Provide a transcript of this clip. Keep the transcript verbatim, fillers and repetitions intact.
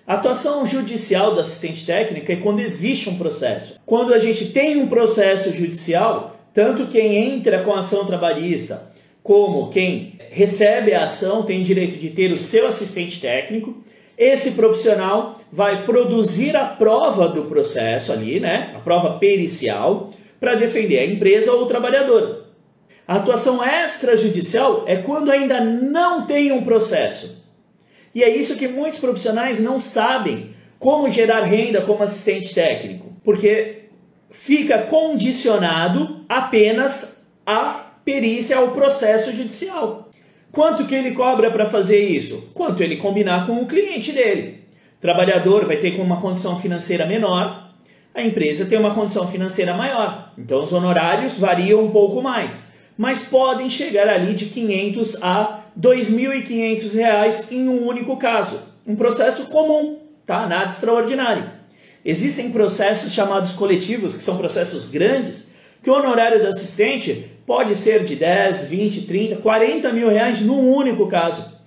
A atuação judicial do assistente técnico é quando existe um processo. Quando a gente tem um processo judicial, tanto quem entra com a ação trabalhista como quem recebe a ação tem direito de ter o seu assistente técnico. Esse profissional vai produzir a prova do processo ali, né? A prova pericial, para defender a empresa ou o trabalhador. A atuação extrajudicial é quando ainda não tem um processo. E é isso que muitos profissionais não sabem como gerar renda como assistente técnico, porque fica condicionado apenas à perícia, ao processo judicial. Quanto que ele cobra para fazer isso? Quanto ele combinar com o cliente dele. O trabalhador vai ter uma condição financeira menor, a empresa tem uma condição financeira maior. Então os honorários variam um pouco mais, mas podem chegar ali de quinhentos a dois mil e quinhentos reais em um único caso. Um processo comum, tá? Nada extraordinário. Existem processos chamados coletivos, que são processos grandes, que o honorário do assistente pode ser de dez, vinte, trinta, quarenta mil reais num único caso.